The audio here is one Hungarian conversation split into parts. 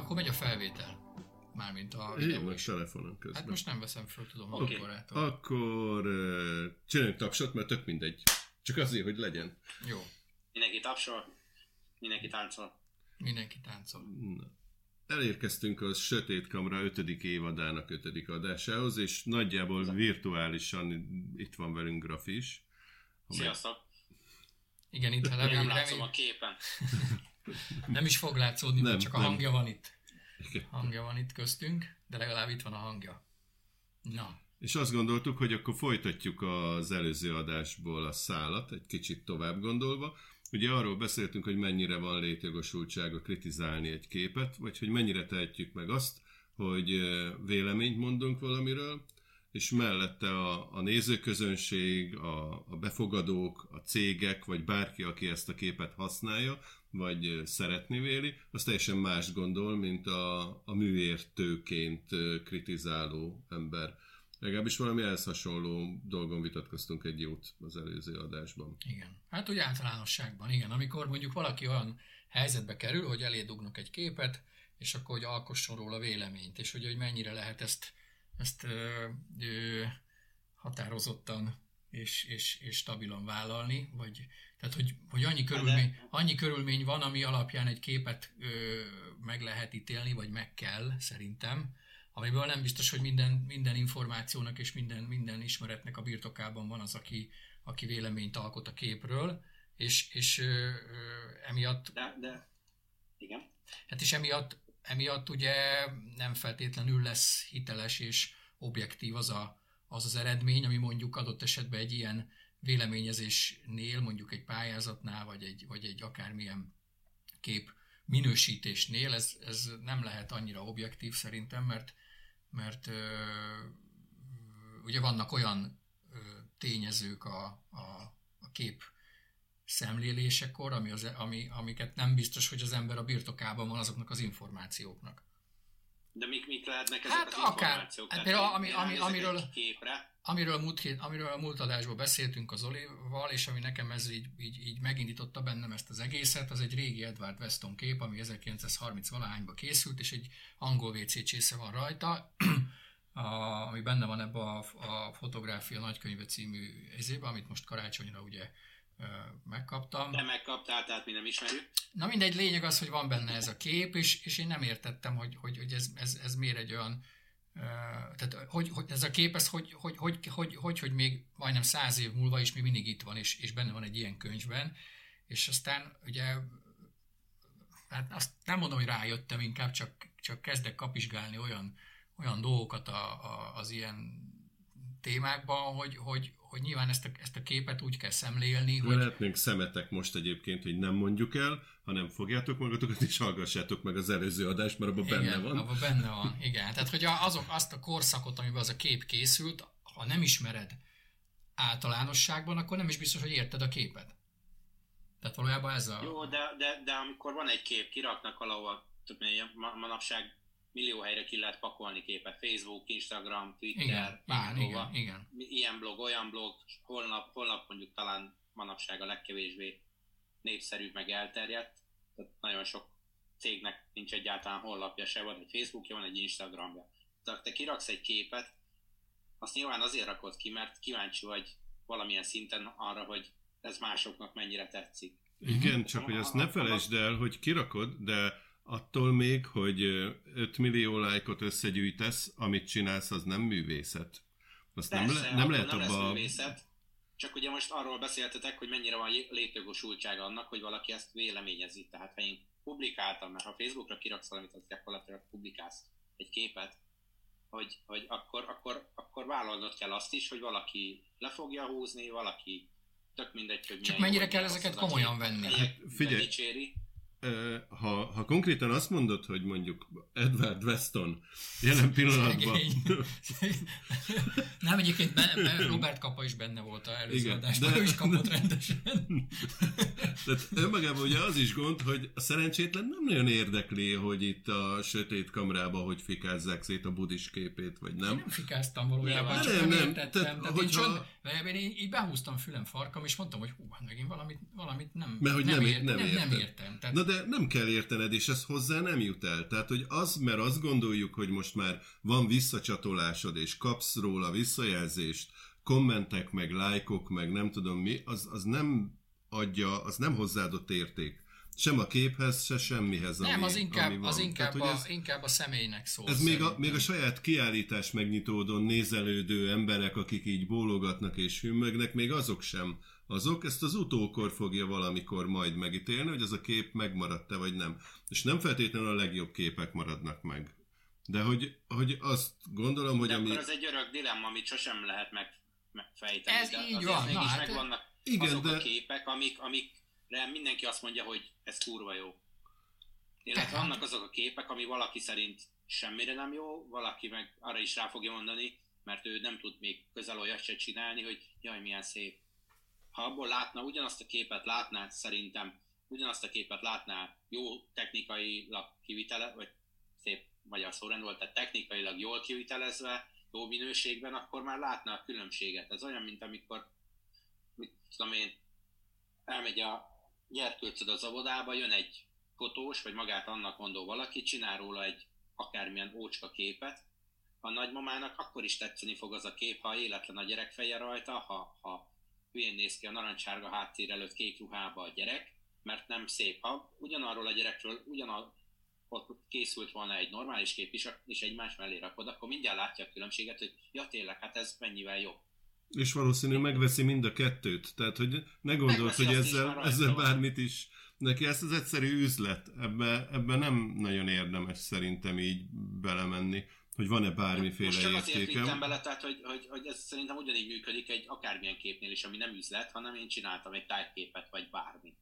akkor megy a felvétel. Mármint a videó. Meg telefonon közben. Hát most nem veszem föl, tudom, okay. Akkor csináljunk tapsot, mert tök mindegy. Csak azért, hogy legyen. Jó. Mindenki tapsol, mindenki táncol. Mindenki táncol. Na. Elérkeztünk a Sötét Kamra 5. évadának 5. adásához, és nagyjából virtuálisan itt van velünk Grafi is. Sziasztok! Igen, itt nem látszom a képen. Nem is fog látszódni, mert csak a hangja van itt. Igen. Hangja van itt köztünk, de legalább itt van a hangja. Na. És azt gondoltuk, hogy akkor folytatjuk az előző adásból a szálat, egy kicsit tovább gondolva. Ugye arról beszéltünk, hogy mennyire van létjogosultsága kritizálni egy képet, vagy hogy mennyire tehetjük meg azt, hogy véleményt mondunk valamiről, és mellette a nézőközönség, a befogadók, a cégek, vagy bárki, aki ezt a képet használja, vagy szeretni véli, az teljesen más gondol, mint a műértőként kritizáló ember. Legalábbis valami ehhez hasonló dolgon vitatkoztunk egy jót az előző adásban. Igen. Hát úgy általánosságban, igen. Amikor mondjuk valaki olyan helyzetbe kerül, hogy elé dugnak egy képet, és akkor hogy alkosson róla véleményt, és hogy mennyire lehet ezt határozottan és stabilan vállalni, vagy tehát hogy annyi körülmény van, ami alapján egy képet meg lehet ítélni, vagy meg kell, szerintem, amiből nem biztos, hogy minden információnak és minden ismeretnek a birtokában van az, aki véleményt alkot a képről, és emiatt... De igen. Hát és emiatt ugye nem feltétlenül lesz hiteles és objektív az eredmény, ami mondjuk adott esetben egy ilyen véleményezésnél, mondjuk egy pályázatnál, vagy egy akármilyen kép minősítésnél, ez nem lehet annyira objektív szerintem, mert ugye vannak olyan tényezők a kép szemlélésekor, amiket nem biztos, hogy az ember a birtokában van azoknak az információknak. De mik lehetnek ezek az információk? Hát például amiről a múlt adásban beszéltünk az Olival, és ami nekem ez így megindította bennem ezt az egészet, az egy régi Edward Weston kép, ami 1930-valahányban készült, és egy angol WC csésze van rajta, ami benne van ebbe a Fotográfia Nagykönyve című ezébe, amit most karácsonyra ugye megkaptam. Nem megkaptál, tehát mi nem ismerjük. Na mindegy, lényeg az, hogy van benne ez a kép, és én nem értettem, hogy ez miért egy olyan... Tehát, hogy ez a kép, ez hogy még majdnem 100 év múlva is még mindig itt van, és benne van egy ilyen könyvben, és aztán ugye, hát azt nem mondom, hogy rájöttem, inkább csak kezdek kapizsgálni olyan dolgokat az ilyen témákban, hogy nyilván ezt a képet úgy kell szemlélni, hogy... Lehetnénk szemetek most egyébként, hogy nem mondjuk el, hanem fogjátok magatokat és hallgassátok meg az előző adást, mert abban benne van. Abban benne van, igen. Tehát, hogy azt a korszakot, amiben az a kép készült, ha nem ismered általánosságban, akkor nem is biztos, hogy érted a képet. Tehát valójában ez a... Jó, de amikor van egy kép, kiraknak valahol, manapság millió helyre ki lehet pakolni képet, Facebook, Instagram, Twitter, bárhova. Igen. Ilyen blog, olyan blog, holnap mondjuk talán manapság a legkevésbé népszerűbb, meg elterjedt. Tehát nagyon sok cégnek nincs egyáltalán honlapja se, van egy Facebookja, van egy Instagramja. Tehát te kiraksz egy képet, azt nyilván azért rakod ki, mert kíváncsi vagy valamilyen szinten arra, hogy ez másoknak mennyire tetszik. Igen, csak hogy azt ne felejtsd el, hogy kirakod, de attól még, hogy 5 millió lájkot összegyűjtesz, amit csinálsz, az nem művészet. Azt persze, nem lehet lesz művészet, csak ugye most arról beszéltetek, hogy mennyire van létjogosultsága annak, hogy valaki ezt véleményezi. Tehát ha én publikáltam, mert ha Facebookra kiraksz valamit, az gyakorlatilag publikálsz egy képet, hogy akkor vállalnod kell azt is, hogy valaki le fogja húzni, valaki tök mindegy, hogy csak mennyire kell ezeket komolyan venni. Figyelj! Ha konkrétan azt mondod, hogy mondjuk Edward Weston jelen pillanatban... Nem, egyébként Robert Capa is benne volt az előző adásban, ő is kapott rendesen. Tehát önmagában ugye az is gond, hogy a szerencsétlen nem nagyon érdekli, hogy itt a Sötét Kamrában hogy fikázzák szét a budis képét, vagy nem. Én nem fikáztam valójában, csak nem értettem. Tehát én így behúztam fülem farkam, és mondtam, hogy megint valamit nem értem. Na de nem kell értened, és ez hozzá nem jut el. Tehát, hogy mert azt gondoljuk, hogy most már van visszacsatolásod, és kapsz róla visszajelzést, kommentek, meg lájkok, meg nem tudom mi, az nem adja, az nem hozzáadott érték. Sem a képhez, se semmihez, nem, az inkább, ami van. inkább a személynek szól. Ez még a saját kiállítás megnyitódon nézelődő emberek, akik így bólogatnak és hümmögnek, még azok sem azok. Ezt az utókor fogja valamikor majd megítélni, hogy az a kép megmaradt-e vagy nem. És nem feltétlenül a legjobb képek maradnak meg. De hogy azt gondolom, hogy... De akkor az egy örök dilemma, amit sosem lehet megfejteni. Ez így van. Mégis megvannak azok a képek, amikre mindenki azt mondja, hogy ez kurva jó. Illetve vannak azok a képek, ami valaki szerint semmire nem jó, valaki meg arra is rá fogja mondani, mert ő nem tud még közel olyat se csinálni, hogy jaj, milyen szép. Ha abból látna, ugyanazt a képet látná, szerintem ugyanazt a képet látná jó technikailag kivitele, vagy szép magyar szórend volt, tehát technikailag jól kivitelezve, jó minőségben, akkor már látná a különbséget. Ez olyan, mint amikor, mit tudom én, elmegy a gyerkőcöd az óvodába, jön egy fotós, vagy magát annak mondó valaki, csinál róla egy akármilyen ócska képet, a nagymamának akkor is tetszeni fog az a kép, ha életlen a gyerek feje rajta, ha hülyén néz ki a narancsárga háttér előtt kék ruhába a gyerek, mert nem szép. Ha ugyanarról a gyerekről ott készült volna egy normális kép is, és egymás mellé rakod, akkor mindjárt látja a különbséget, hogy ja tényleg, hát ez mennyivel jobb. És valószínű megveszi mind a kettőt. Tehát, hogy ne gondold, hogy ezzel bármit is... Neki ez az egyszerű üzlet. Ebbe nem nagyon érdemes szerintem így belemenni, hogy van-e bármiféle értékem. Most csak azért vittem bele, tehát, hogy ez szerintem ugyanígy működik egy akármilyen képnél is, ami nem üzlet, hanem én csináltam egy tájképet, vagy bármi.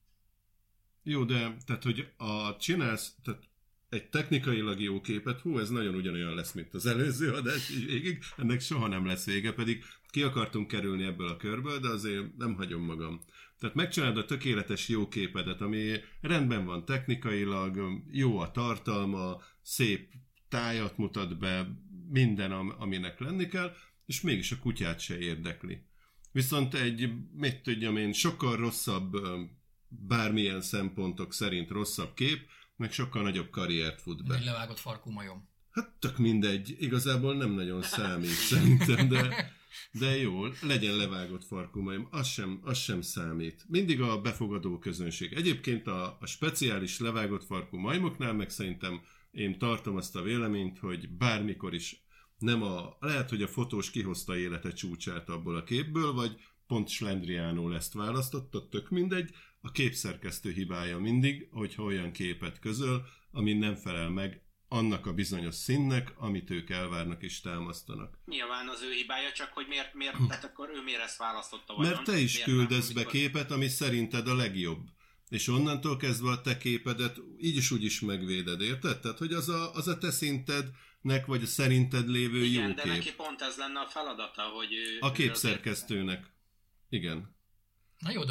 Jó, de tehát, hogy csinálsz tehát egy technikailag jó képet, ez nagyon ugyanolyan lesz, mint az előző adás így végig, ennek soha nem lesz vége, pedig ki akartunk kerülni ebből a körből, de azért nem hagyom magam. Tehát megcsinálod a tökéletes jó képedet, ami rendben van technikailag, jó a tartalma, szép tájat mutat be, minden, aminek lenni kell, és mégis a kutyát se érdekli. Viszont egy, mit tudjam én, sokkal rosszabb, bármilyen szempontok szerint rosszabb kép, meg sokkal nagyobb karriert fut be. Egy levágott farkú majom. Hát tök mindegy, igazából nem nagyon számít szerintem, de jó, legyen levágott farkú majom, az sem számít. Mindig a befogadó közönség. Egyébként a speciális levágott farkú majmoknál meg szerintem én tartom azt a véleményt, hogy bármikor is lehet, hogy a fotós kihozta élete csúcsát abból a képből, vagy pont slendriánul ezt választotta, tök mindegy. A képszerkesztő hibája mindig, hogyha olyan képet közöl, ami nem felel meg annak a bizonyos színnek, amit ők elvárnak és támasztanak. Nyilván az ő hibája, csak hogy miért tehát akkor ő miért ezt választotta vajon? Mert te is küldesz be képet, ami szerinted a legjobb. És onnantól kezdve a te képedet így is úgy is megvéded, érted? Tehát, hogy az a te szintednek, vagy a szerinted lévő igen, jó de kép. neki pont ez lenne a feladata, hogy a képszerkesztőnek. Igen. Na jó, de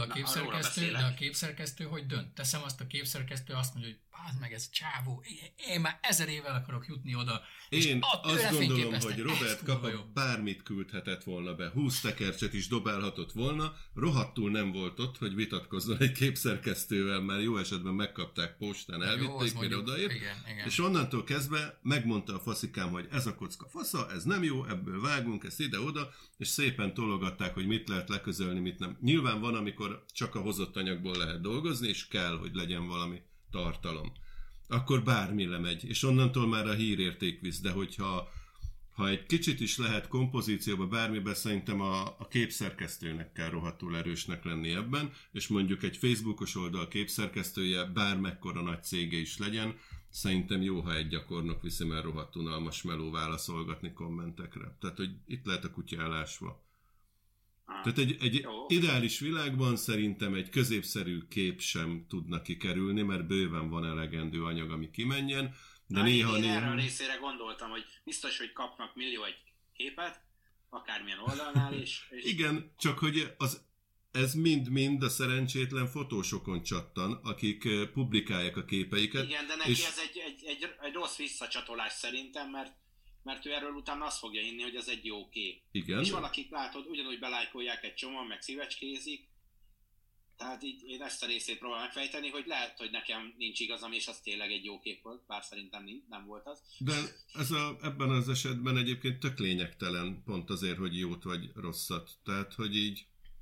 a képszerkesztő hogy dönt? Teszem azt, a képszerkesztő azt mondja, hogy bázd meg, ez csávó, én már 1000 évvel akarok jutni oda. Én azt gondolom, hogy Robert Kapa bármit küldhetett volna be, 20 tekercset is dobálhatott volna, rohadtul nem volt ott, hogy vitatkozzon egy képszerkesztővel, mert jó esetben megkapták postán, elvitték, mire odaért, igen. És onnantól kezdve megmondta a faszikám, hogy ez a kocka fasza, ez nem jó, ebből vágunk, ezt ide-oda, és szépen tologatták, hogy mit lehet leközölni, mit nem. Nyilván van, amikor csak a hozott anyagból lehet dolgozni, és kell, hogy legyen valami tartalom. Akkor bármi lemegy, és onnantól már a hírérték visz, de hogyha egy kicsit is lehet kompozícióba, bármiben, szerintem a képszerkesztőnek kell rohadtul erősnek lenni ebben, és mondjuk egy Facebookos oldal képszerkesztője, bármekkora nagy cége is legyen, szerintem jó, ha egy gyakornok viszi, mert rohadt unalmas meló válaszolgatni kommentekre. Tehát, hogy itt lehet a kutya elásva. Tehát egy ideális világban szerintem egy középszerű kép sem tudna kikerülni, mert bőven van elegendő anyag, ami kimenjen, de néha... Én erre a részére gondoltam, hogy biztos, hogy kapnak millió egy képet, akármilyen oldalnál is. És... Igen, csak hogy ez mind-mind a szerencsétlen fotósokon csattan, akik publikálják a képeiket. Igen, de neki ez egy rossz visszacsatolás szerintem, mert ő erről utána azt fogja hinni, hogy ez egy jó kép. Igen. És valakik látod, ugyanúgy belájkolják egy csomóan, meg szívecskézik, Tehát így én ezt a részét próbálom megfejteni, hogy lehet, hogy nekem nincs igazam, és az tényleg egy jó kép volt, bár szerintem nem volt az. De ebben az esetben egyébként tök lényegtelen, pont azért, hogy jót vagy rosszat. Tehát, hogy így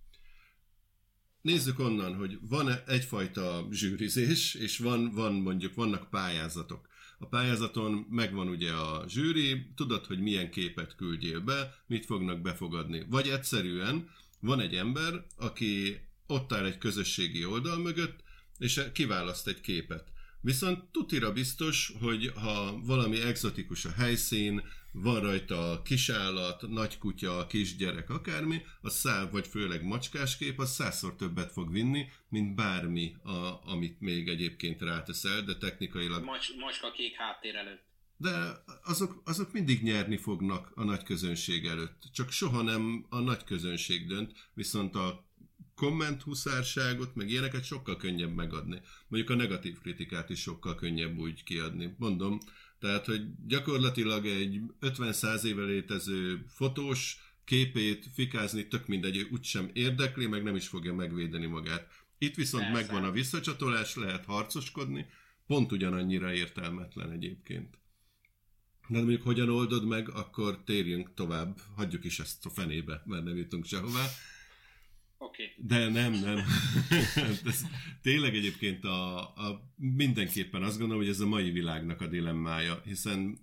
nézzük onnan, hogy van egyfajta zsűrizés, és vannak pályázatok. A pályázaton megvan ugye a zsűri, tudod, hogy milyen képet küldjél be, mit fognak befogadni. Vagy egyszerűen van egy ember, aki ott áll egy közösségi oldal mögött, és kiválaszt egy képet. Viszont tutira biztos, hogy ha valami egzotikus a helyszín, van rajta kisállat, nagy kutya, kisgyerek, akármi, vagy főleg macskás kép, az 100-szor többet fog vinni, mint bármi, amit még egyébként ráteszel, de technikailag... Macska kék háttér előtt. De azok mindig nyerni fognak a nagy közönség előtt. Csak soha nem a nagy közönség dönt, viszont a kommenthuszárságot, meg ilyeneket sokkal könnyebb megadni. Mondjuk a negatív kritikát is sokkal könnyebb úgy kiadni. Mondom, tehát, hogy gyakorlatilag egy 50-100 éve létező fotós képét fikázni tök mindegy, úgysem érdekli, meg nem is fogja megvédeni magát. Itt viszont persze megvan a visszacsatolás, lehet harcoskodni, pont ugyanannyira értelmetlen egyébként. De mondjuk hogyan oldod meg, akkor térjünk tovább, hagyjuk is ezt a fenébe, mert nem jutunk sehová. Okay. De nem. Ez tényleg egyébként mindenképpen azt gondolom, hogy ez a mai világnak a dilemmája, hiszen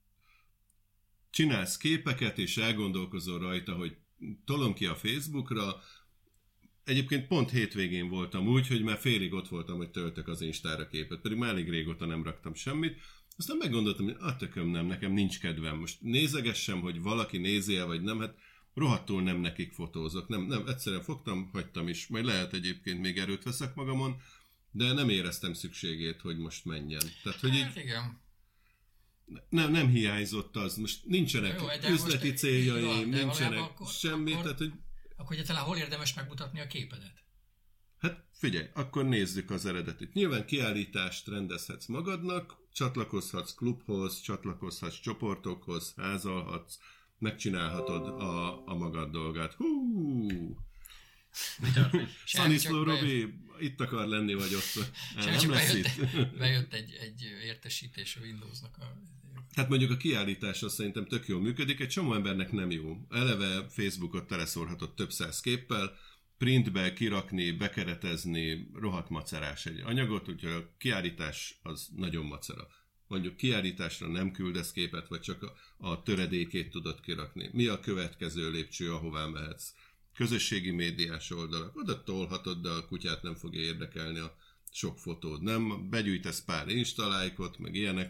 csinálsz képeket, és elgondolkozol rajta, hogy tolom ki a Facebookra. Egyébként pont hétvégén voltam úgy, hogy már félig ott voltam, hogy töltök az Instára képet, pedig már elég régóta nem raktam semmit. Aztán meggondoltam, hogy tököm nem, nekem nincs kedvem. Most nézegessem, hogy valaki nézi-e, vagy nem, hát rohadtul nem nekik fotózok. Nem, egyszerűen fogtam, hagytam is. Majd lehet egyébként még erőt veszek magamon, de nem éreztem szükségét, hogy most menjen. Tehát, hogy így... Igen. Nem hiányzott az. Most nincsenek jó, üzleti céljaim, nincsenek semmi. Tehát, hogy... Akkor egyáltalán hol érdemes megmutatni a képedet? Hát figyelj, akkor nézzük az eredetit. Nyilván kiállítást rendezhetsz magadnak, csatlakozhatsz klubhoz, csatlakozhatsz csoportokhoz, házalhatsz, megcsinálhatod a magad dolgát. Hú! Stanislav Robi itt akar lenni, vagy ott. Nem lesz itt. Bejött egy értesítés a Windowsnak. Tehát mondjuk a kiállítás az szerintem tök jól működik, egy csomó embernek nem jó. Eleve Facebookot teleszórhatott több száz képpel, printbe kirakni, bekeretezni, rohadt macerás egy anyagot, úgyhogy a kiállítás az nagyon macera. Mondjuk kiállításra nem küldesz képet, vagy csak a töredékét tudod kirakni. Mi a következő lépcső, ahová mehetsz? Közösségi médiás oldalak. Oda tolhatod, de a kutyát nem fogja érdekelni a sok fotód. Nem, begyűjtesz pár instalájkot, meg ilyenek.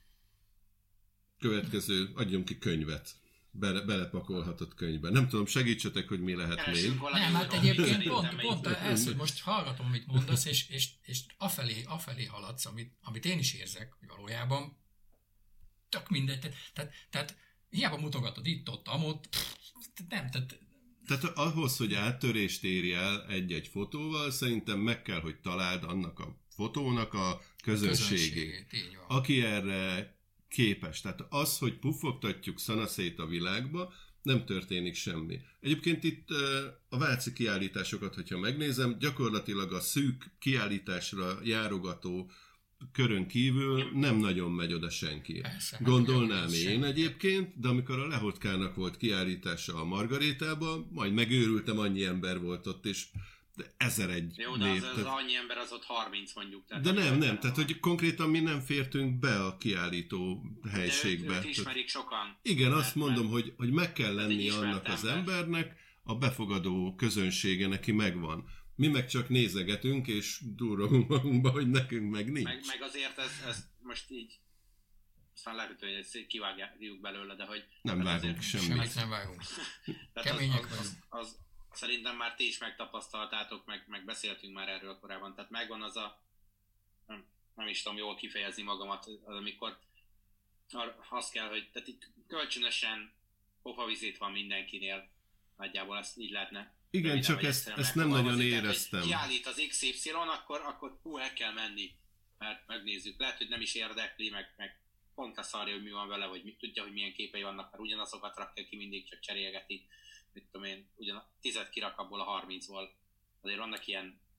Következő, adjunk ki könyvet. Belepakolhatod könyvbe. Nem tudom, segítsetek, hogy mi lehet még. Nem, hát egyébként pont ez, hogy most hallgatom, amit mondasz, és afelé haladsz, amit én is érzek, hogy valójában tök mindegy. Tehát hiába mutogatod itt, amott, nem, tehát ahhoz, hogy áttörést érj el egy-egy fotóval, szerintem meg kell, hogy találd annak a fotónak a közönségét. Aki erre képes. Tehát az, hogy puffogtatjuk szanaszét a világba, nem történik semmi. Egyébként itt a váci kiállításokat, hogyha megnézem, gyakorlatilag a szűk kiállításra járogató körön kívül nem nagyon megy oda senki. Persze, gondolnám én egyébként, de amikor a Lehotkának volt kiállítása a Margarétába, majd megőrültem, annyi ember volt ott, és de 1001 jó, de az annyi ember az ott 30 mondjuk. Tehát de nem, tehát hogy konkrétan mi nem fértünk be a kiállító helységbe. Őt ismerik sokan. Igen, azt mondom, hogy meg kell lenni annak az embernek, a befogadó közönsége neki megvan. Mi meg csak nézegetünk, és durrogunk magunkba, hogy nekünk meg nincs. Meg azért ez most így, aztán lehet, hogy ezt kivágjuk belőle, de hogy... Nem vágunk semmit. Nem vágunk. Kemények az szerintem már ti is megtapasztaltátok, meg beszéltünk már erről korábban, tehát megvan az a, nem is tudom jól kifejezni magamat, amikor azt kell, hogy tehát itt kölcsönösen pofavizét van mindenkinél, nagyjából ezt így lehetne. Igen, csak ezt nem nagyon éreztem. Ha kiállít az XY, akkor el kell menni, mert megnézzük. Lehet, hogy nem is érdekli, meg pont a szarja, hogy mi van vele, vagy tudja, hogy milyen képei vannak, mert ugyanazokat rakja ki, mindig csak cserélgeti. Mit tudom én, ugyan 10 kirak abból a 30-ból. Azért vannak ilyen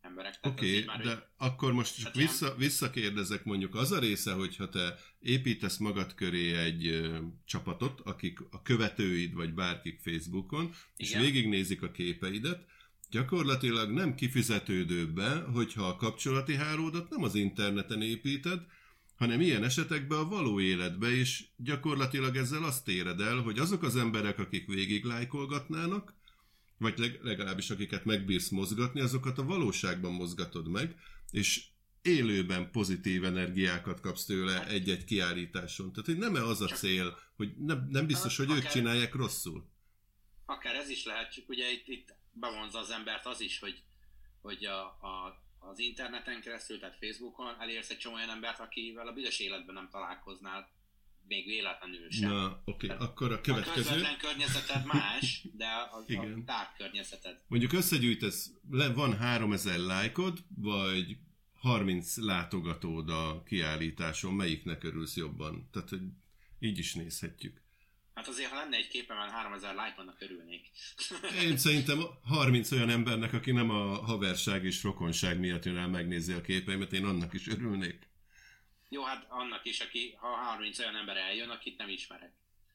emberek. Oké, de akkor most csak visszakérdezek, mondjuk az a része, hogyha te építesz magad köré egy csapatot, akik a követőid, vagy bárkik Facebookon, és végignézik a képeidet, gyakorlatilag nem kifizetődő be, hogyha a kapcsolati hálódat nem az interneten építed, hanem ilyen esetekben a való életbe, és gyakorlatilag ezzel azt éred el, hogy azok az emberek, akik végig lájkolgatnának, vagy legalábbis akiket megbírsz mozgatni, azokat a valóságban mozgatod meg, és élőben pozitív energiákat kapsz tőle egy-egy kiállításon. Tehát, hogy nem az a cél, hogy nem biztos, hogy ők csinálják rosszul. Akár ez is lehet, csak ugye itt bevonza az embert az is, hogy az interneten keresztül, tehát Facebookon elérsz egy csomó olyan embert, akivel a büdös életben nem találkoznál, még véletlenül sem. Na, oké, akkor a következő... A közvetlen környezeted más, de a tárgy környezeted. Mondjuk összegyűjtesz, van 3000 lájkod, vagy 30 látogatód a kiállításon, melyiknek örülsz jobban? Tehát, hogy így is nézhetjük. Hát azért, ha lenne egy képemen 3000 lájkonnak örülnék. Én szerintem 30 olyan embernek, aki nem a haverság és rokonság miatt jön el megnézi a képeimet, én annak is örülnék. Jó, hát annak is, ha 30 olyan ember eljön, akit nem ismerek.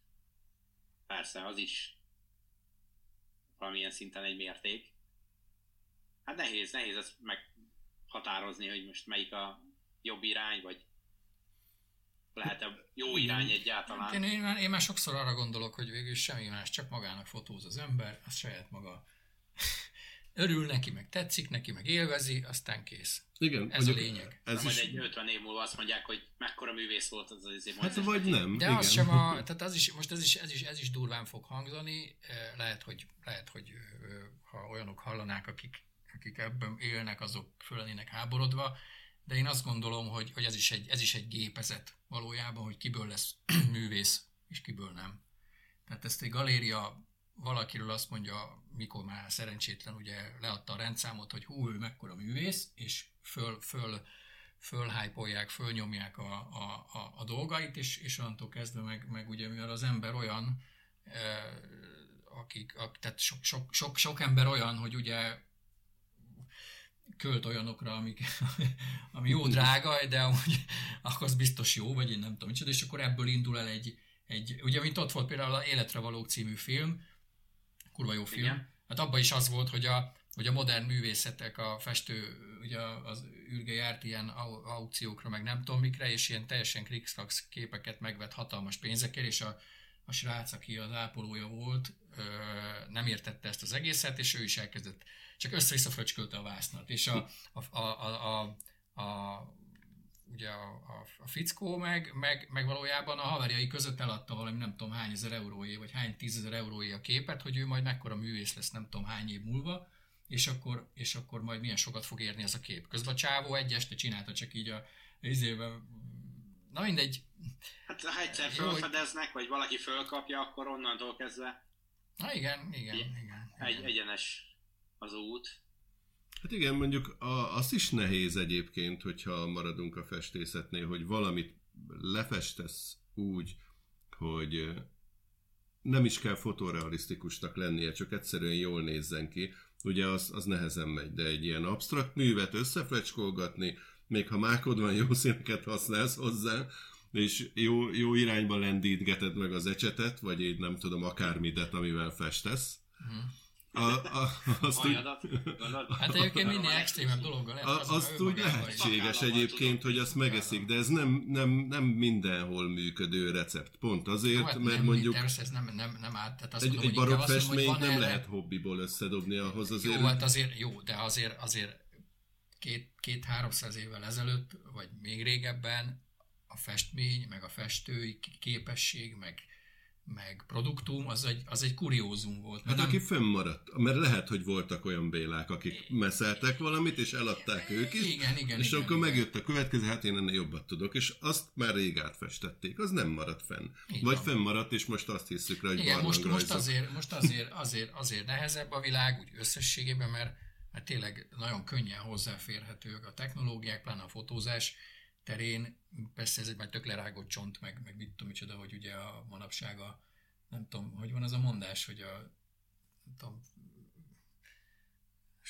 Persze, az is valamilyen szinten egy mérték. Hát nehéz ezt meghatározni, hogy most melyik a jobb irány, vagy lehet-e jó irány egyáltalán. Én már sokszor arra gondolok, hogy végül semmi más, csak magának fotóz az ember, az saját maga örül neki, meg tetszik neki, meg élvezi, aztán kész. Igen, ez a lényeg. Ez majd egy 50 év múlva azt mondják, hogy mekkora művész volt az azért. Hát vagy nem. De igen. Az sem tehát az is, most ez is durván fog hangzani, lehet, hogy ha olyanok hallanák, akik ebben élnek, azok föl lennének háborodva, de én azt gondolom, hogy ez is egy gépezet valójában, hogy kiből lesz művész, és kiből nem. Tehát ezt egy galéria valakiről azt mondja, mikor már szerencsétlen ugye leadta a rendszámot, hogy ő mekkora művész, és fölhypolják, fölnyomják a dolgait, és onnantól kezdve meg ugye, mivel az ember olyan, tehát sok ember olyan, hogy ugye költ olyanokra, ami jó drága, de amúgy akkor az biztos jó, vagy én nem tudom micsoda, és akkor ebből indul el egy ugye, mint ott volt például az Életre valók című film, kurva jó film. Igen. Hát abban is az volt, hogy a modern művészetek, a festő, ugye az űrge járt ilyen aukciókra, meg nem tudom mikre, és ilyen teljesen krikszkrax képeket megvett hatalmas pénzekért, és a srác, aki az ápolója volt, nem értette ezt az egészet, és ő is elkezdett, csak össze-vissza fröcskölte a vásznat. És ugye a fickó meg valójában a haverjai között eladta valami nem tudom hány ezer euróé, vagy hány 10 000 euróé a képet, hogy ő majd mekkora művész lesz nem tudom hány év múlva, és akkor majd milyen sokat fog érni ez a kép. Közben a csávó egy este csinálta csak így na mindegy. Hát ha egyszer felfedeznek, vagy valaki fölkapja, akkor onnantól kezdve igen. Egyenes az út. Hát igen, mondjuk az is nehéz egyébként, hogyha maradunk a festészetnél, hogy valamit lefestesz úgy, hogy nem is kell fotorealisztikusnak lennie, csak egyszerűen jól nézzen ki. Ugye az nehezen megy, de egy ilyen absztrakt művet összefrecskolgatni, még ha mákod van, jó színeket használsz hozzá, és jó irányba lendítgeted meg az ecsetet, vagy én nem tudom, akármidet, amivel festesz. Hát egyébként minél extrémebb dologgal lehet. Azt úgy lehetséges egyébként, hogy azt megeszik, de ez nem mindenhol működő recept. Pont azért, hát mert mondjuk ez nem át. Tehát azt egy barokk festményt nem lehet hobbiból összedobni ahhoz azért. Jó, hát azért de azért 200-300 évvel ezelőtt, vagy még régebben a festmény, meg a festői képesség, meg produktum, az egy kuriózum volt. Hát aki fönnmaradt, mert lehet, hogy voltak olyan bélák, akik messzeltek valamit, és eladták ők is, és akkor megjött a következő, hát én ennél jobbat tudok, és azt már rég átfestették, az nem maradt fenn. Igen. Vagy fennmaradt, és most azt hiszük rá, hogy most azért nehezebb a világ, úgy összességében, mert tényleg nagyon könnyen hozzáférhetők a technológiák, pláne a fotózás terén, persze ez egy már tök lerágott csont, meg mit tudom micsoda, hogy ugye a manapság nem tudom, hogy van az a mondás, hogy nem tudom,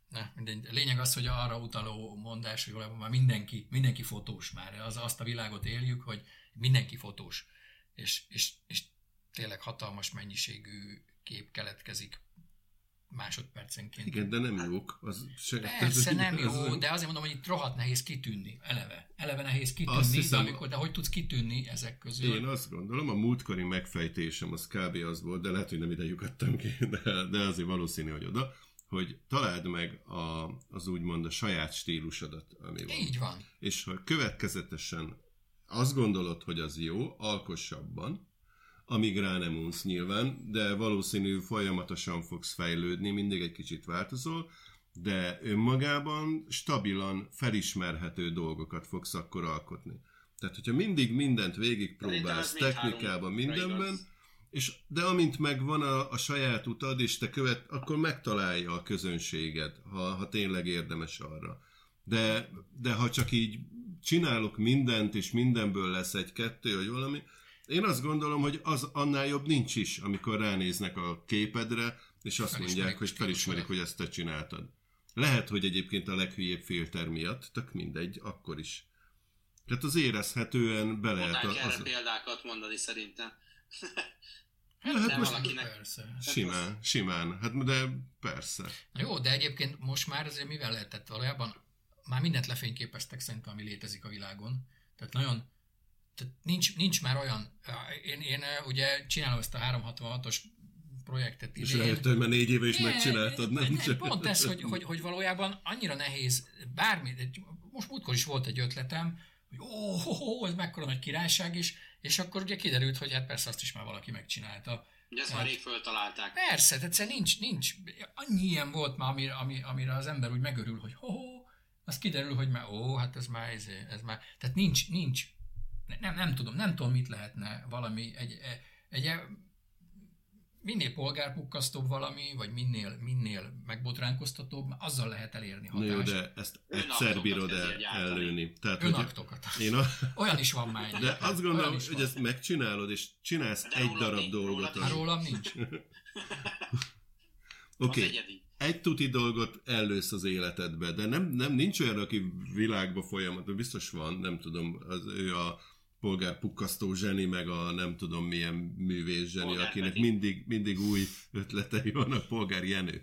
A lényeg az, hogy arra utaló mondás, hogy valójában már mindenki fotós már. Azt a világot éljük, hogy mindenki fotós. És tényleg hatalmas mennyiségű kép keletkezik másodpercenként. Igen, de nem jók. Persze nem jó, de azért mondom, hogy itt rohadt nehéz kitűnni. Eleve nehéz kitűnni, de hogy tudsz kitűnni ezek közül? Én azt gondolom, a múltkori megfejtésem az kb. Az volt, de lehet, hogy nem ide lyukadtam ki, de azért valószínű, hogy oda, hogy találd meg az úgymond a saját stílusodat, ami van. Így van. És ha következetesen azt gondolod, hogy az jó, alkoss abban, amíg rá nem unsz nyilván, de valószínű folyamatosan fogsz fejlődni, mindig egy kicsit változol, de önmagában stabilan felismerhető dolgokat fogsz akkor alkotni. Tehát, hogyha mindig mindent végigpróbálsz technikában, mindenben, de amint megvan a saját utad, és te akkor megtalálja a közönséged, ha tényleg érdemes arra. De ha csak így csinálok mindent, és mindenből lesz egy-kettő, vagy valami, én azt gondolom, hogy az annál jobb nincs is, amikor ránéznek a képedre, és azt mondják, hogy felismerik, hogy ezt te csináltad. Lehet, hogy egyébként a leghülyébb filter miatt, tök mindegy, akkor is. Tehát az érezhetően be lehet... Mondták erre példákat mondani szerintem. Hát most valakinek... Persze. Simán, hát de persze. Na jó, de egyébként most már azért mivel lehetett valójában? Már mindent lefényképeztek szerintem, ami létezik a világon. Tehát nagyon... Tehát nincs már olyan... Én ugye csinálom ezt a 366-os projektet idén. És rájöttem, hogy már 4 éve is megcsináltad, nem? Pont ez, hogy valójában annyira nehéz bármi... Most múltkor is volt egy ötletem, hogy ez mekkora nagy királyság is, és akkor ugye kiderült, hogy hát persze azt is már valaki megcsinálta. De ezt már rég föltalálták. Persze, tehát egyszerűen nincs. Annyi ilyen volt már, amire az ember úgy megörül, hogy az kiderül, hogy már hát ez már. Tehát nincs. Nem tudom, mit lehetne valami, egy minél polgárpukkasztóbb valami, vagy minél megbotránkoztatóbb, azzal lehet elérni hatást. Na jó, de ezt egyszer bírod ellőni. Önaktokat. Olyan is van már. De azt gondolom, hogy ezt megcsinálod, és csinálsz egy darab dolgot. Rólam nincs. Oké. Egy tuti dolgot ellősz az életedbe, de nem nincs olyan, aki világba folyamatban, biztos van, nem tudom, ő a polgárpukkasztó zseni, meg a nem tudom milyen művész zseni, akinek mindig új ötletei vannak, Polgár Jenő.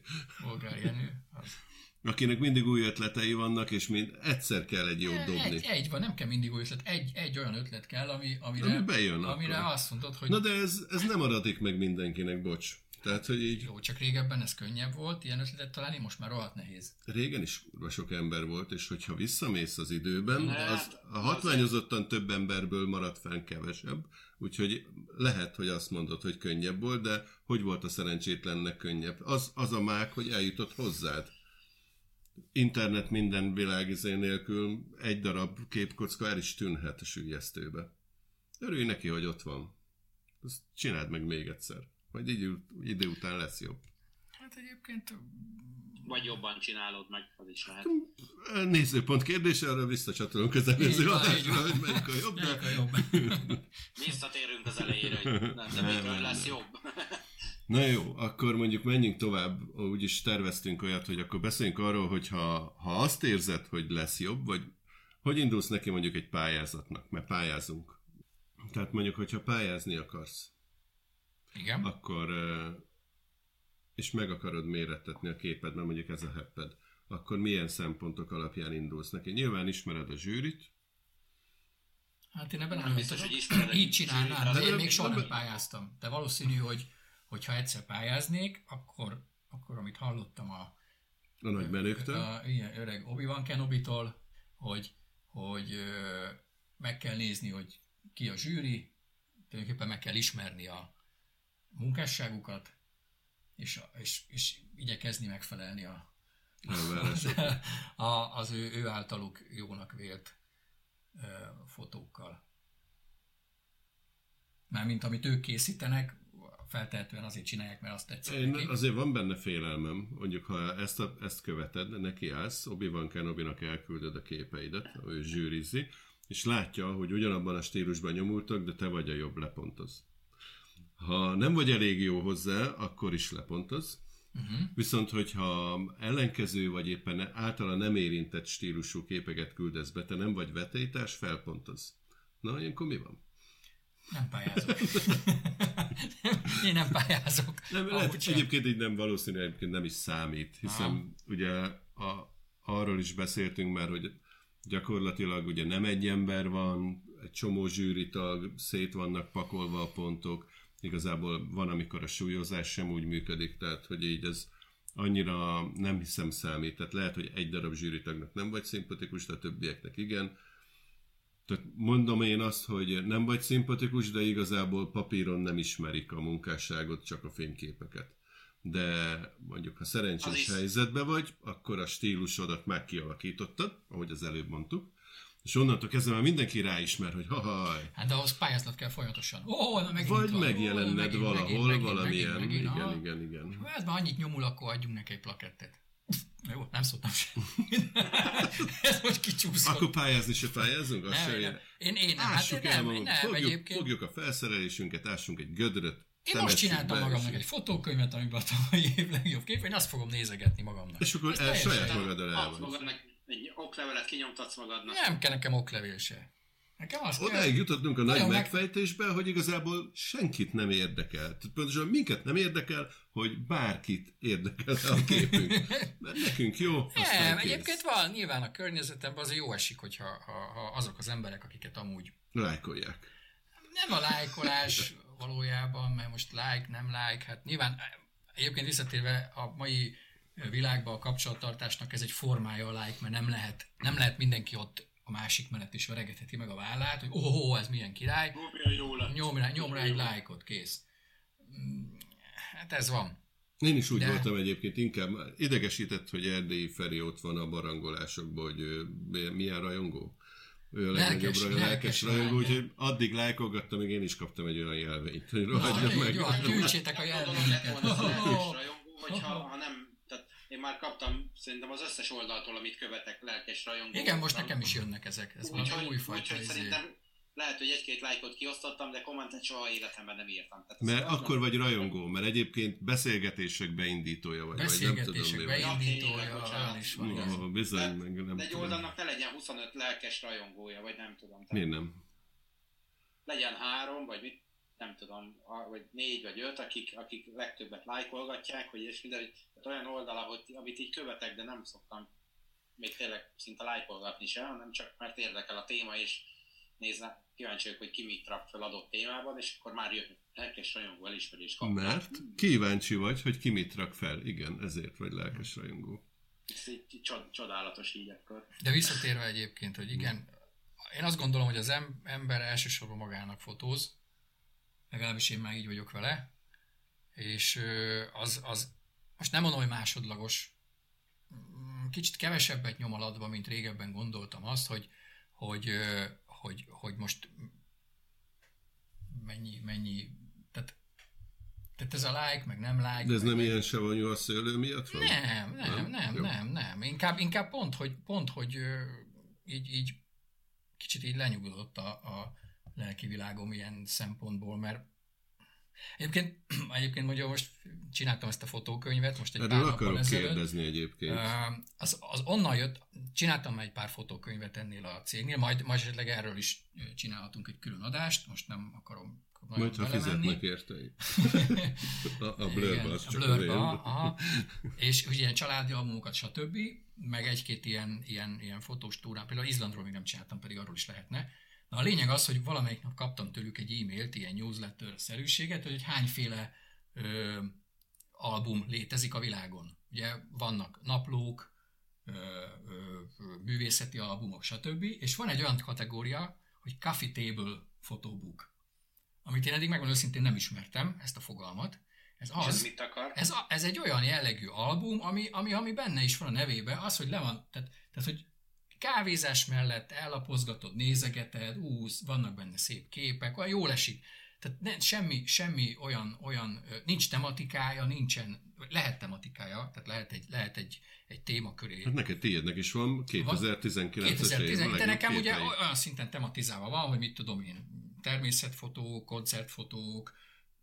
Akinek mindig új ötletei vannak, és egyszer kell egy jót dobni. Egy van, nem kell mindig új ötlet, egy olyan ötlet kell, amire azt mondod, hogy... Na de ez nem adatik meg mindenkinek, bocs. Tehát, hogy így... Jó, csak régebben ez könnyebb volt, ilyen ötletet találni, most már rohadt nehéz. Régen is sok ember volt, és hogyha visszamész az időben, az a hatványozottan több emberből maradt fenn kevesebb, úgyhogy lehet, hogy azt mondod, hogy könnyebb volt, de hogy volt a szerencsétlennek könnyebb? Az a mák, hogy eljutott hozzád. Internet minden világizé nélkül egy darab képkocka el is tűnhet a süllyesztőbe. Örülj neki, hogy ott van. Azt csináld meg még egyszer. Majd idő után lesz jobb. Hát egyébként... Vagy jobban csinálod meg, az is lehet. Nézőpont kérdése, arra visszacsatolunk az előző adásra, hogy melyik a jobb. Visszatérünk az elejére, hogy mikor lesz jobb. Na jó, akkor mondjuk menjünk tovább, úgyis terveztünk olyat, hogy akkor beszéljünk arról, hogy ha azt érzed, hogy lesz jobb, vagy hogy indulsz neki mondjuk egy pályázatnak, mert pályázunk. Tehát mondjuk, hogyha pályázni akarsz, igen. Akkor, és meg akarod mérettetni a képed, mert mondjuk ez a hepped, akkor milyen szempontok alapján indulsz neki? Nyilván ismered a zsűrit. Hát én ebben nem biztos, hogy így csinálnám, de én még soha nem pályáztam. De valószínű, hogy ha egyszer pályáznék, akkor amit hallottam a nagy menőktől, ilyen öreg Obi-Wan Kenobitól, hogy meg kell nézni, hogy ki a zsűri, tulajdonképpen meg kell ismerni a munkásságukat, és igyekezni megfelelni az ő általuk jónak vélt fotókkal. Mármint amit ők készítenek, feltehetően azért csinálják, mert azt tetszik neki. Azért van benne félelmem, mondjuk ha ezt követed, nekiállsz, Obi-Wan Kenobinak elküldöd a képeidet, ő zsűrizi, és látja, hogy ugyanabban a stílusban nyomultak, de te vagy a jobb, lepontoz. Ha nem vagy elég jó hozzá, akkor is lepontoz, Viszont, hogyha ellenkező vagy éppen általa nem érintett stílusú képeket küldesz be, te nem vagy vetélytárs, felpontoz. Na, ilyenkor mi van? Nem pályázok. Én nem pályázok. Egyébként így nem valószínű, egyébként nem is számít, hiszen ugye arról is beszéltünk már, hogy gyakorlatilag ugye nem egy ember van, egy csomó zsűritag, szét vannak pakolva a pontok, igazából van, amikor a súlyozás sem úgy működik, tehát hogy így ez annyira nem hiszem számít, tehát lehet, hogy egy darab zsűritagnak nem vagy szimpatikus, de a többieknek igen. Tehát mondom én azt, hogy nem vagy szimpatikus, de igazából papíron nem ismerik a munkásságot, csak a fényképeket. De mondjuk, ha szerencsés helyzetben vagy, akkor a stílusodat már kialakítottad, ahogy az előbb mondtuk, és onnantól kezdve már mindenki ráismer, hogy hahaj. Hát de ahhoz pályáznod kell folyamatosan. Vagy megjelenned valahol, valamilyen. Igen. Hát már annyit nyomul, akkor adjunk neki egy plakettet. Jó, nem szóltam semmit. Ez most kicsúszott. Akkor pályázni se pályázunk? Én nem. Ássuk fogjuk a felszerelésünket, ássunk egy gödröt. Én most csináltam magamnak egy fotókönyvet, amiben a tavalyi év legjobb kép, én azt fogom nézegetni magamnak. És akkor saját magaddal el vagy. Egy oklevelet kinyomtatsz magadnak. Nem kell nekem oklevél se. Nekem azt odáig jutottunk a nagy megfejtésbe, hogy igazából senkit nem érdekel. Tehát pontosan minket nem érdekel, hogy bárkit érdekel a képünk. Mert nekünk jó, nem, egyébként van, nyilván a környezetemben azért jó esik, hogyha azok az emberek, akiket amúgy lájkolják. Nem a lájkolás valójában, mert most nem like, hát nyilván egyébként visszatérve a mai világban a kapcsolattartásnak ez egy formája a like, mert nem lehet mindenki ott a másik mellett is veregetheti meg a vállát, hogy ez milyen király, nyom rá egy lájkot, kész. Hát ez van. Én is úgy voltam egyébként, inkább idegesített, hogy Erdélyi Feri ott van a barangolásokban, hogy milyen rajongó. Ő a legnagyobb lelkes rajongó, úgyhogy addig lájkolgattam, még én is kaptam egy olyan jelvényt, hogy rohadjon meg. Jó, gyűjtsétek a jelvényeket. Ha nem, tehát én már kaptam szerintem az összes oldaltól, amit követek, lelkes rajongó. Igen, most nekem is jönnek ezek. Ez valami újfajta izé. Szerintem lehet, hogy egy-két lájkot kiosztottam, de kommentet soha életemben nem írtam. Tehát mert akkor vagy rajongó, mert egyébként beszélgetések beindítója vagy. Beszélgetések beindítója, olyan is van. Bizony, meg nem de egy oldalnak ne legyen 25 lelkes rajongója, vagy nem tudom. Miért nem? Legyen 3, vagy mit, nem tudom, vagy 4 vagy 5, akik legtöbbet lájkolgatják, hogy és minden, hogy olyan oldal, amit így követek, de nem szoktam még tényleg szinte lájkolgatni se, hanem csak mert érdekel a téma, és kíváncsiak, hogy ki mit rak fel adott témában, és akkor már jön lelkes rajongó elismerés kapni. Mert kíváncsi vagy, hogy ki mit rak fel. Igen, ezért vagy lelkes rajongó. Ez így csodálatos így akkor. De visszatérve egyébként, hogy igen, én azt gondolom, hogy az ember elsősorban magának fotóz, legalábbis én már így vagyok vele, és az most nem mondom, hogy másodlagos, kicsit kevesebbet nyom alatba, mint régebben gondoltam azt, hogy most mennyi, tehát ez a like, meg nem like. De ez nem ilyen savanyú a szőlő miatt van? Nem. Inkább pont, hogy így kicsit így lenyugodott a lelki világom ilyen szempontból, mert egyébként mondja, most csináltam ezt a fotókönyvet, most egy pár nappal ezelőtt. Kérdezni egyébként. Az onnan jött, csináltam egy pár fotókönyvet ennél a cégnél, majd esetleg erről is csinálhatunk egy külön adást, most nem akarom nagyon majd, ha fizetnek érte. A Blurba, az csak a és ugye ilyen családi albumokat, stb., meg egy-két ilyen fotós túrán, például Izlandról még nem csináltam, pedig arról is lehetne. Na a lényeg az, hogy valamelyik nap kaptam tőlük egy e-mailt, ilyen newsletter-szerűséget, hogy hányféle album létezik a világon. Ugye vannak naplók, művészeti albumok, stb. És van egy olyan kategória, hogy Coffee Table Photobook, amit én eddig megmondom őszintén nem ismertem, ezt a fogalmat. Ez egy olyan jellegű album, ami benne is van a nevében, az, hogy le van, tehát hogy kávézás mellett ellapozgatod, nézegeted, vannak benne szép képek, olyan jól esik. Tehát semmi olyan nincs tematikája, lehet tematikája, tehát lehet egy témaköré. Hát neked tiédnek is van 2019-es év. De nekem ugye olyan szinten tematizálva van, hogy mit tudom én, természetfotók, koncertfotók,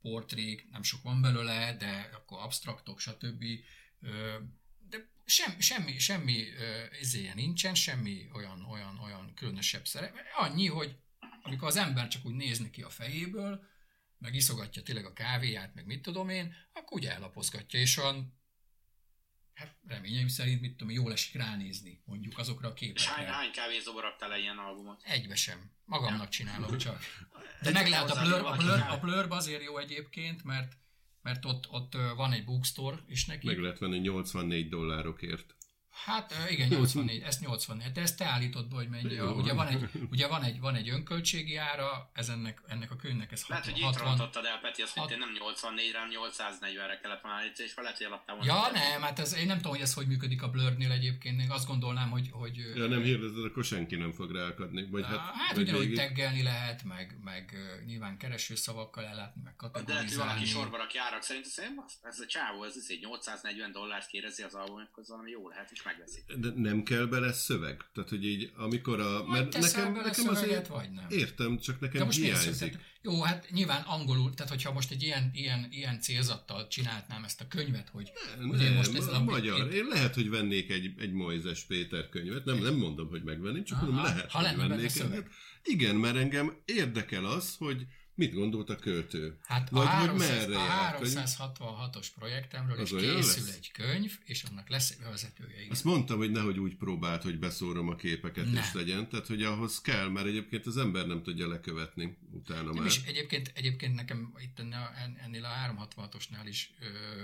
portrék, nem sok van belőle, de akkor absztraktok, stb. De semmi izéje nincsen, semmi olyan különösebb szerep. Annyi, hogy amikor az ember csak úgy néz neki a fejéből, meg iszogatja tényleg a kávéját, meg mit tudom én, akkor úgy ellapozgatja, és olyan, hát reményeim szerint, mit tudom, jól esik ránézni, mondjuk azokra a képekre. És hány kávézóba raktál le ilyen albumot? Egybe sem. Magamnak csinálom csak. De meg lehet a Blurb azért jó egyébként, mert ott van egy bookstore is neki. Meg lehet venni $84. Hát igen, 84, ezt 84, de ezt te állítod be, hogy mennyi. Ugye van egy önköltségi ára, ennek a könyvnek ez 60. Lehet, hogy itt rontottad el, Peti, azt mondta, nem 84-re, hanem 840-re kellett volna állítani, és lehet, hogy eladtál volna. Ja, nem, hát én nem tudom, hogy ez hogy működik a Blurnél egyébként, én azt gondolnám, hogy ja, nem hirdezed, akkor senki nem fog ráakadni. Vagy hát ugyanúgy taggelni lehet, meg nyilván keresőszavakkal ellátni, meg kategorizálni. De lehet, hogy valaki sorba rakja árak szerint, ez a csávó, ez egy $840 kérezi az albumot, akkor valami jó lehet, és megveszik. De nem kell bele szöveg? Tehát, hogy így, amikor mert nekem azért vagy nem. Értem, csak nekem hiányzik. Jó, hát nyilván angolul, tehát hogyha most egy ilyen célzattal csinálnám ezt a könyvet, hogy nem, most ez a magyar. Én lehet, hogy vennék egy Moises Péter könyvet, nem mondom, hogy megvenném, csak mondom, lehet, hogy vennék egyet. Igen, mert engem érdekel az, hogy mit gondolt a költő? Hát vagy a 366-os projektemről is készül egy könyv, és annak lesz egy bevezetője. Igen. Azt mondtam, hogy nehogy úgy próbált, hogy beszórom a képeket is legyen, tehát hogy ahhoz kell, mert egyébként az ember nem tudja lekövetni utána nem már. És egyébként nekem itt ennél a 366-osnál is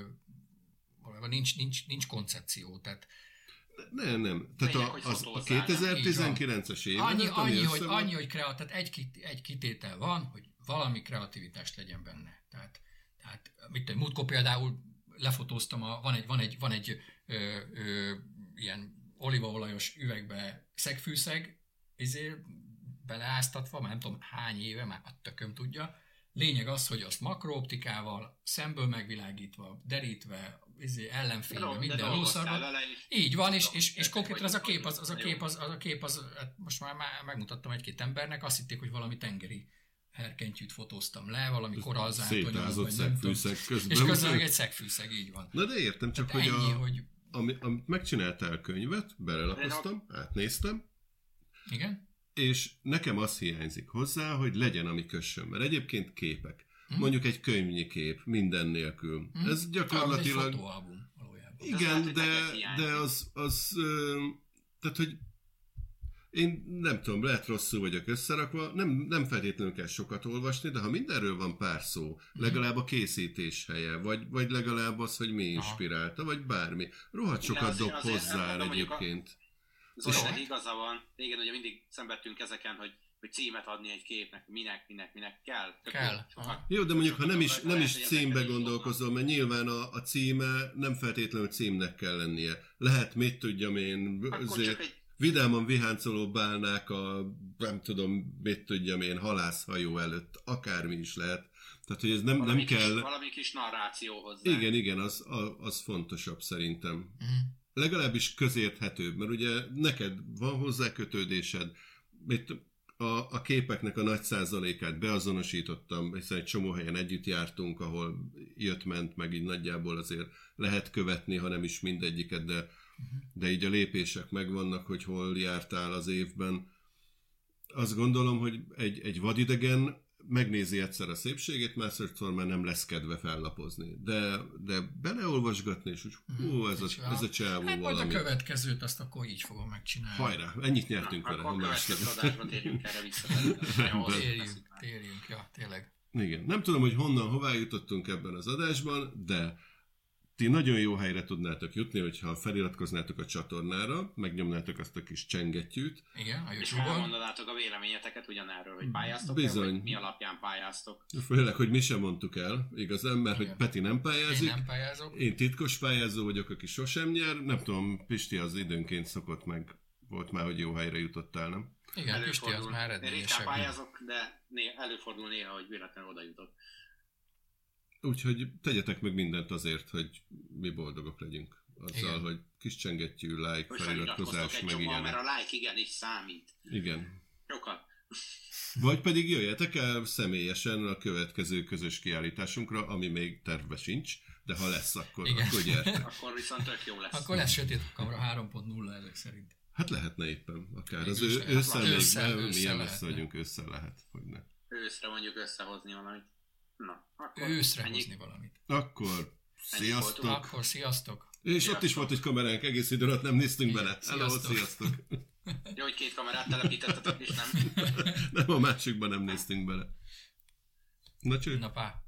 nincs koncepció, tehát nem. Tehát a 2019-es év. Annyi, hogy tehát egy kitétel van, hogy valami kreativitást legyen benne. Tehát múltkor például lefotóztam, van egy ilyen olívaolajos üvegbe szegfűszeg, beleáztatva, már nem tudom hány éve, már a tököm tudja. Lényeg az, hogy azt makrooptikával, szemből megvilágítva, derítve, ellenfényben, minden lószarban. Így van, és konkrétan az a kép, hát most már megmutattam egy-két embernek, azt hitték, hogy valami tengeri herkentyűt fotóztam le, valami korallzánt, szétázott szegfűszeg közben. És közben egy szegfűszeg, így van. Na de értem, csak tehát hogy amit megcsináltál könyvet, belelapoztam, átnéztem. Igen. És nekem az hiányzik hozzá, hogy legyen, ami kössön. Mert egyébként képek. Mondjuk egy könyvnyi kép, minden nélkül. Ez gyakorlatilag... Egy fotóalbum valójában. Igen, de az tehát, hogy én nem tudom, lehet rosszul vagyok összerakva, nem feltétlenül kell sokat olvasni, de ha mindenről van pár szó, legalább a készítés helye, vagy legalább az, hogy mi inspirálta, vagy bármi. Rohadt sokat dob hozzá egyébként. Zoltán igaza van. Igen, ugye mindig szenvedtünk ezeken, hogy címet adni egy képnek, minek kell. Jó, de mondjuk, ha nem is címbe gondolkozol, mert nyilván a címe nem feltétlenül címnek kell lennie. Lehet, mit tudjam én, vidáman viháncoló bálnák nem tudom, mit tudjam én, halászhajó előtt, akármi is lehet. Tehát, hogy ez nem kell... Valami kis narráció hozzá. Igen, az fontosabb szerintem. Legalábbis közérthetőbb, mert ugye neked van hozzá kötődésed, a képeknek a nagy százalékát beazonosítottam, hiszen egy csomó helyen együtt jártunk, ahol jött-ment, meg így nagyjából azért lehet követni, ha nem is mindegyiket, de így a lépések megvannak, hogy hol jártál az évben. Azt gondolom, hogy egy vadidegen megnézi egyszer a szépségét, másodszor már nem lesz kedve fellapozni. De beleolvasgatni, és úgy, ez a csávó hát valami. majd a következőt azt akkor így fogom megcsinálni. Hajrá, ennyit nyertünk vele. Akkor a következő adásban térjünk erre vissza. Térjünk, ja, tényleg. Igen, nem tudom, hogy hová jutottunk ebben az adásban, de ti nagyon jó helyre tudnátok jutni, hogyha feliratkoznátok a csatornára, megnyomnátok azt a kis csengettyűt. Igen, a YouTube-on. És elmondanátok a véleményeteket ugyanerről, hogy pályáztok bizony. Vagy mi alapján pályáztok. Főleg, hogy mi sem mondtuk el, igazán, mert hogy Peti nem pályázik. Én nem pályázok. Én titkos pályázó vagyok, aki sosem nyer. Nem tudom, Pisti az időnként szokott meg. Volt már, hogy jó helyre jutottál, nem? Igen, Pisti az már eredményesebb. Én ritkán pályázok, de előfordul néha, hogy véletlenül oda jutok. Úgyhogy tegyetek meg mindent azért, hogy mi boldogok legyünk. Azzal, igen. Hogy kis csengettyű, like, feliratkozás, meg ilyen. Mert a like igenis számít. Igen. Sokat. Vagy pedig jöjjetek el személyesen a következő közös kiállításunkra, ami még tervbe sincs, de ha lesz, akkor gyertek. Akkor viszont tök jó lesz. Akkor lesz Sötét Kamra 3.0 ezek szerint. Hát lehetne éppen, akár Még az is ősszel lehet. még milyen Ősszel messze vagyunk, ősszel lehet, hogy ne. Őszre mondjuk összehozni valamit. Na, akkor Őszre ennyi. hozni valamit. Akkor sziasztok! Akkor sziasztok! És Sziasztok. ott is volt egy kameránk, egész idő alatt nem néztünk Igen, bele. Hello, sziasztok. sziasztok! Jó, hogy 2 kamerát telepítettetek, és nem. Nem, a másikban nem néztünk bele. Na cső! Na pá!